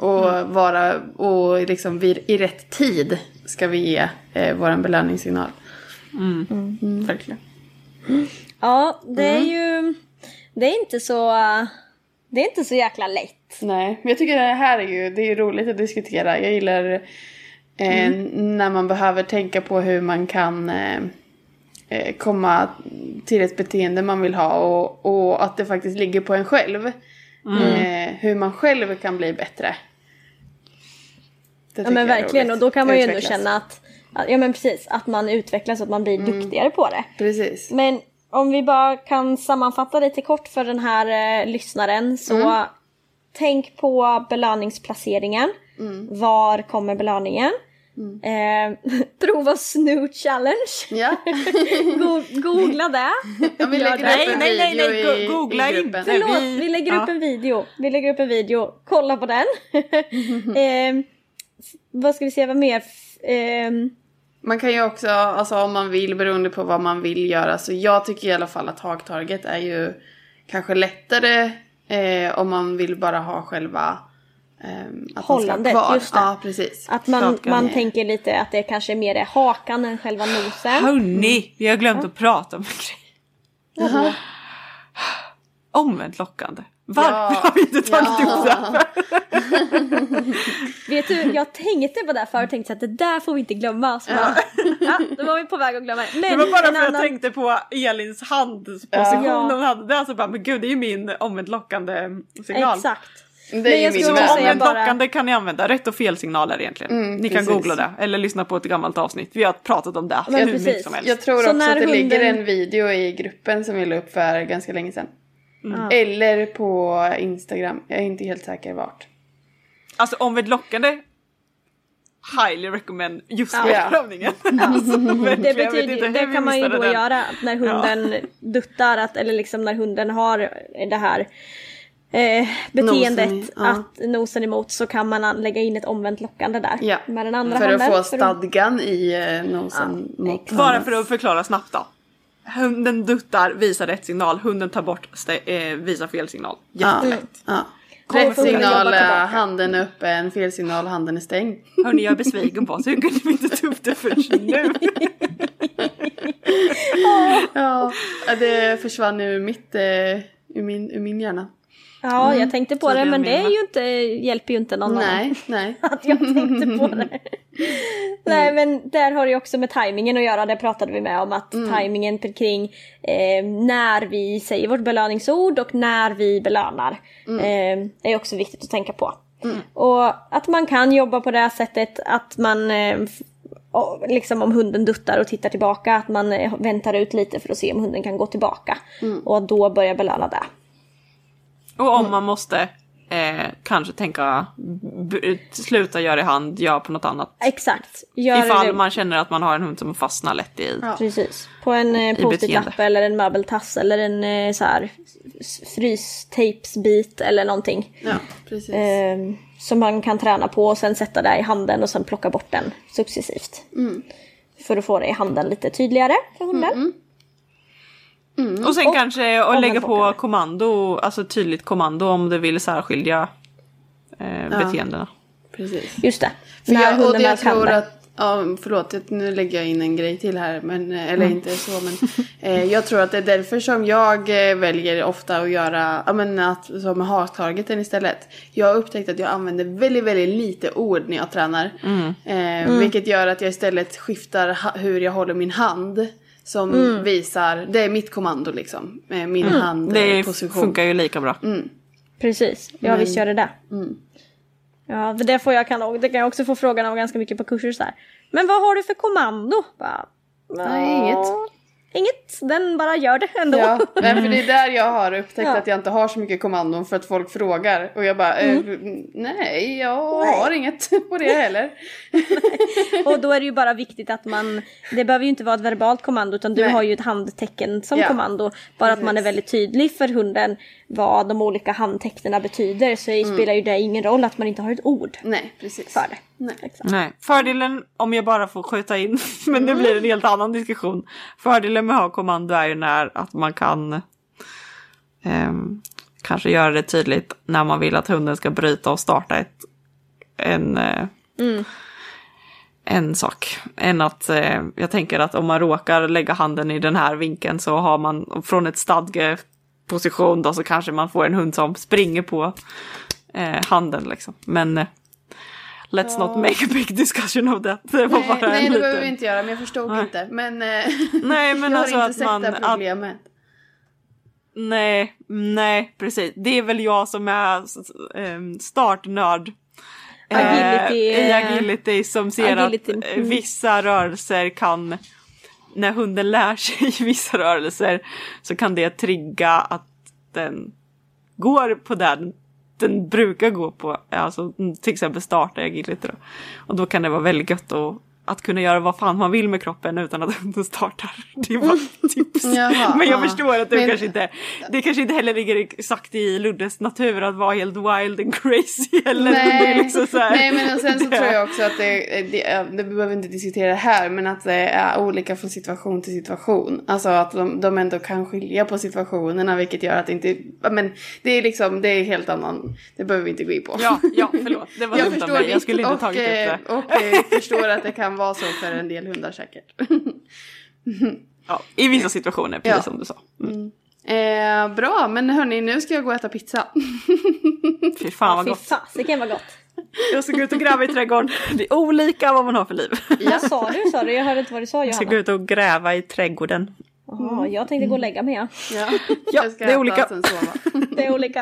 Och liksom i rätt tid ska vi ge våran belöningssignal. Verkligen. Ja, det är ju det är inte så jäkla lätt. Nej, men jag tycker det här det är roligt att diskutera. Jag gillar när man behöver tänka på hur man kan komma till ett beteende man vill ha och att det faktiskt ligger på en själv. Hur man själv kan bli bättre. Ja men verkligen, och då kan man ju ändå känna att att man utvecklas och att man blir duktigare på det. Precis. Men om vi bara kan sammanfatta lite kort för den här lyssnaren, så tänk på belöningsplaceringen. Var kommer belöningen? Prova Snoot Challenge. Ja. Googla det. Ja, vi lägger upp en video i googla gruppen. inte. Förlåt, vi lägger upp en video. Vi lägger upp en video. Kolla på den. Vad ska vi se, vad mer? Man kan ju också, alltså om man vill, beroende på vad man vill göra. Så jag tycker i alla fall att haktarget är ju kanske lättare om man vill bara ha själva hållandet, just det. Ja, precis. Att man tänker lite att det kanske är mer är hakan än själva nosen. Hörni, vi har glömt att prata om en grej. Omvänt lockande. Varför har vi inte tagit upp det här? Vet du, jag tänkte på det förut och tänkte att det där får vi inte glömma. Så då var vi på väg att glömma. Men det var bara för jag tänkte på Elins handposition. Hon hade det, alltså bara, men gud, det är ju min omvänt lockande signal. Exakt. Det är ju min omvänt lockande kan ni använda. Rätt och fel signaler egentligen. Ni kan googla det. Eller lyssna på ett gammalt avsnitt. Vi har pratat om det hur mycket som helst. Jag tror också att det ligger en video i gruppen som vi la upp för ganska länge sedan. Eller på Instagram. Jag är inte helt säker vart. Alltså omvänt lockande, highly recommend just den övningen. Alltså, det betyder, det kan man ju då göra när hunden duttar, eller liksom när hunden har det här beteendet att nosen emot, så kan man lägga in ett omvänt lockande där med den andra för handen. För att få stadgan i nosen mot. Bara för att förklara snabbt då. Hunden duttar, visar rätt signal. Hunden tar bort, visar fel signal. Jättelätt. Rätt signal, handen är öppen. Fel signal, handen är stängd. Hörni, jag är besviken på så jag kunde inte ta upp det först nu. Ja, det försvann ur min hjärna. Ja, jag tänkte på det, men det är ju inte, hjälper ju inte någon annan. Nej. Att jag tänkte på det. Nej, men där har det ju också med tajmingen att göra. Det pratade vi med om, att tajmingen kring när vi säger vårt belöningsord och när vi belönar är också viktigt att tänka på. Och att man kan jobba på det här sättet, att man liksom om hunden duttar och tittar tillbaka, att man väntar ut lite för att se om hunden kan gå tillbaka och då börja belöna det. Och om man måste kanske tänka sluta göra i hand, göra på något annat. Exakt. Ifall man känner att man har en hund som fastnar lätt i. Ja. Precis. På en post-it-lapp eller en möbeltass eller en så här frystejpsbit eller någonting. Ja, precis. Som man kan träna på och sen sätta det i handen och sen plocka bort den successivt. För att få det i handen lite tydligare för hunden. Och sen kanske att lägga på kommando, alltså tydligt kommando om du vill särskilja beteendena. Precis. Just det. Och jag tror att, förlåt, nu lägger jag in en grej till här, men, eller inte så, men jag tror att det är därför som jag väljer ofta att göra, som haktargeten istället. Jag har upptäckt att jag använder väldigt, väldigt lite ord när jag tränar. Vilket gör att jag istället skiftar hur jag håller min hand. som visar, det är mitt kommando liksom. Min handposition. Det funkar ju lika bra. Precis, visst gör det där. Ja, det kan jag också få frågan av ganska mycket på kurser så här. Men vad har du för kommando? Nej, Inget, den bara gör det ändå. Ja, för det är där jag har upptäckt att jag inte har så mycket kommandon för att folk frågar. Och jag bara, nej, jag har inget på det heller. Och då är det ju bara viktigt att det behöver ju inte vara ett verbalt kommando utan du har ju ett handtecken som kommando. Bara att man är väldigt tydlig för hunden vad de olika handtecknen betyder så spelar ju det ingen roll att man inte har ett ord. Nej, precis. För det. Nej. Fördelen, om jag bara får skjuta in, men det blir en helt annan diskussion. Fördelen med att ha kommando är ju att man kan kanske göra det tydligt när man vill att hunden ska bryta och starta en sak. Än att jag tänker att om man råkar lägga handen i den här vinkeln så har man från ett stadgeposition då så kanske man får en hund som springer på handen liksom. Men let's not make a big discussion of that. Det var bara nej, det behöver vi inte göra, men jag förstod inte. Men, nej, men jag alltså har inte att sett man, det problemet. Nej, precis. Det är väl jag som är startnörd. I agility som ser att vissa rörelser kan, när hunden lär sig vissa rörelser så kan det trigga att den går på den brukar gå på, alltså till exempel starta agility då. Och då kan det vara väldigt gött att kunna göra vad fan man vill med kroppen utan att hunden startar. Det var tips. Jaha, men jag förstår att det kanske inte heller ligger exakt i Luddes natur att vara helt wild and crazy. Eller nej, liksom så här. Nej, men sen så tror jag också att det behöver inte diskutera det här, men att det är olika från situation till situation. Alltså att de ändå kan skilja på situationerna, vilket gör att det inte, men det är liksom, det är helt annan, det behöver vi inte gå in på. Ja, förlåt. Det var dumt av mig. Jag skulle inte tagit upp det. Och förstår att det kan vara så för en del hundar säkert. Ja, i vissa situationer, precis som du sa. Bra, men hörni, nu ska jag gå och äta pizza. Fy fan vad gott. Det kan vara gott. Jag ska gå ut och gräva i trädgården. Det är olika vad man har för liv. Ja, sa du? Jag hörde inte vad du sa, Johanna. Jag ska gå ut och gräva i trädgården. Jag tänkte gå och lägga mig. Ja, det är olika. Det är olika.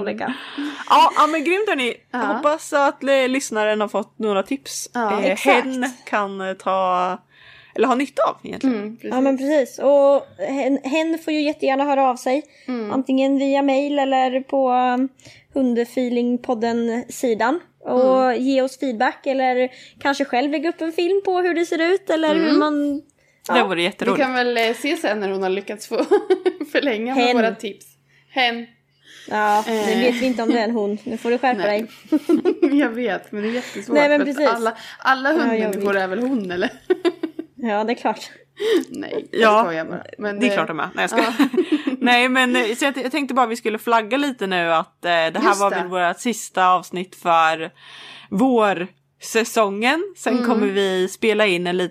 Ja, men grymt hörni. Jag hoppas att lyssnaren har fått några tips. Hen kan ta, eller ha nytta av egentligen. Ja, men precis. Och hen får ju jättegärna höra av sig. Antingen via mail eller på Hundfeelingpodden-sidan. Och ge oss feedback. Eller kanske själv lägga upp en film på hur det ser ut. Eller hur man... Ja. Det vore jätteroligt. Vi kan väl se sen när hon har lyckats få förlänga med våra tips. Hen. Ja, nu vet vi inte om det är en hund. Nu får du skärpa dig. Jag vet, men det är jättesvårt. Nej, men precis. Alla hundmänniskor är väl hon, eller? Ja, det är klart. Nej, jag skojar bara. Men det är klart de är. Nej, jag skojar. Nej, men så jag tänkte bara att vi skulle flagga lite nu att det här var väl vårt sista avsnitt för vårsäsongen. Sen kommer vi spela in en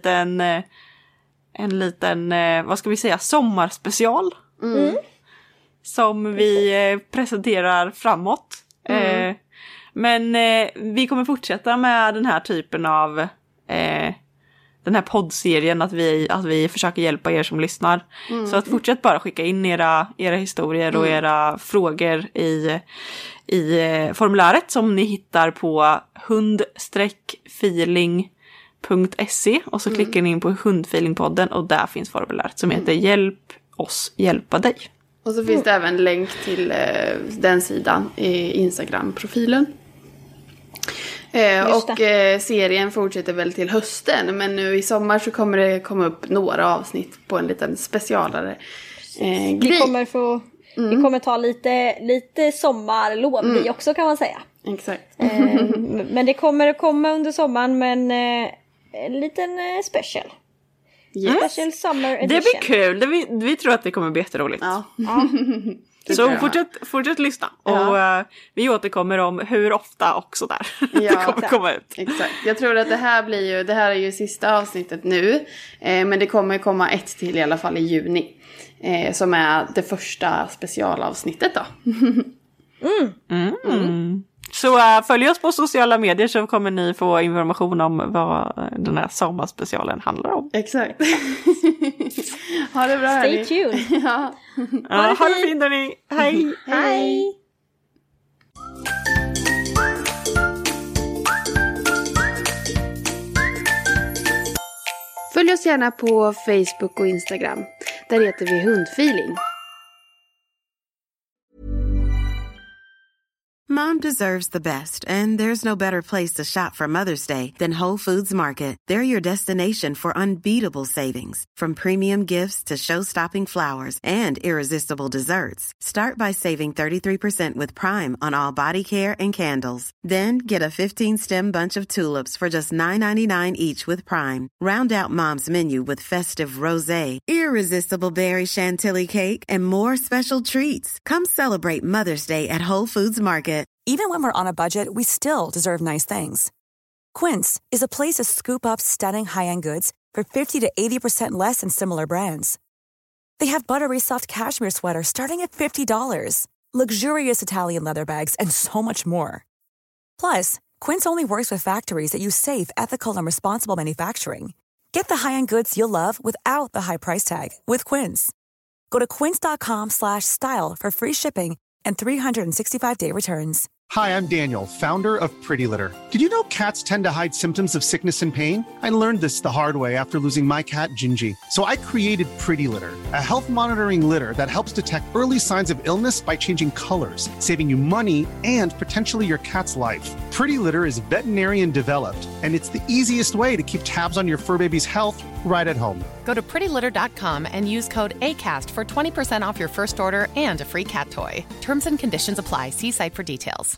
liten vad ska vi säga, sommarspecial. Som vi presenterar framåt. Men vi kommer fortsätta med den här typen av den här poddserien att vi försöker hjälpa er som lyssnar. Så att fortsätt bara skicka in era historier och era frågor i formuläret som ni hittar på hund-feeling.se och så klickar ni in på Hundfeelingpodden och där finns formuläret som heter Hjälp oss hjälpa dig. Och så finns det även länk till den sidan i Instagram-profilen. Och serien fortsätter väl till hösten. Men nu i sommar så kommer det komma upp några avsnitt på en liten specialare grej. Vi kommer ta lite sommarlov vi också, kan man säga. Exakt. Men det kommer att komma under sommaren, men en liten special. Yes. Special summer edition. Det blir kul. Vi tror att det kommer bli jätteroligt. Ja. Så fortsätt lyssna. Och vi återkommer om hur ofta också där det kommer komma ut. Exakt. Jag tror att det här är ju sista avsnittet nu. Men det kommer komma ett till i alla fall i juni. Som är det första specialavsnittet då. Så följ oss på sociala medier så kommer ni få information om vad den här sommarspecialen handlar om. Exakt. Ha det bra. Stay tuned. Ha det fint hörni. Hej. Hej. Följ oss gärna på Facebook och Instagram. Där heter vi Hundfeeling. Mom deserves the best, and there's no better place to shop for Mother's Day than Whole Foods Market. They're your destination for unbeatable savings, from premium gifts to show-stopping flowers and irresistible desserts. Start by saving 33% with Prime on all body care and candles. Then get a 15-stem bunch of tulips for just $9.99 each with Prime. Round out Mom's menu with festive rosé, irresistible berry chantilly cake, and more special treats. Come celebrate Mother's Day at Whole Foods Market. Even when we're on a budget, we still deserve nice things. Quince is a place to scoop up stunning high-end goods for 50 to 80% less than similar brands. They have buttery soft cashmere sweaters starting at $50, luxurious Italian leather bags, and so much more. Plus, Quince only works with factories that use safe, ethical, and responsible manufacturing. Get the high-end goods you'll love without the high price tag with Quince. Go to quince.com/style for free shipping and 365-day returns. Hi, I'm Daniel, founder of Pretty Litter. Did you know cats tend to hide symptoms of sickness and pain? I learned this the hard way after losing my cat, Gingy. So I created Pretty Litter, a health monitoring litter that helps detect early signs of illness by changing colors, saving you money and potentially your cat's life. Pretty Litter is veterinarian developed, and it's the easiest way to keep tabs on your fur baby's health right at home. Go to prettylitter.com and use code ACAST for 20% off your first order and a free cat toy. Terms and conditions apply. See site for details.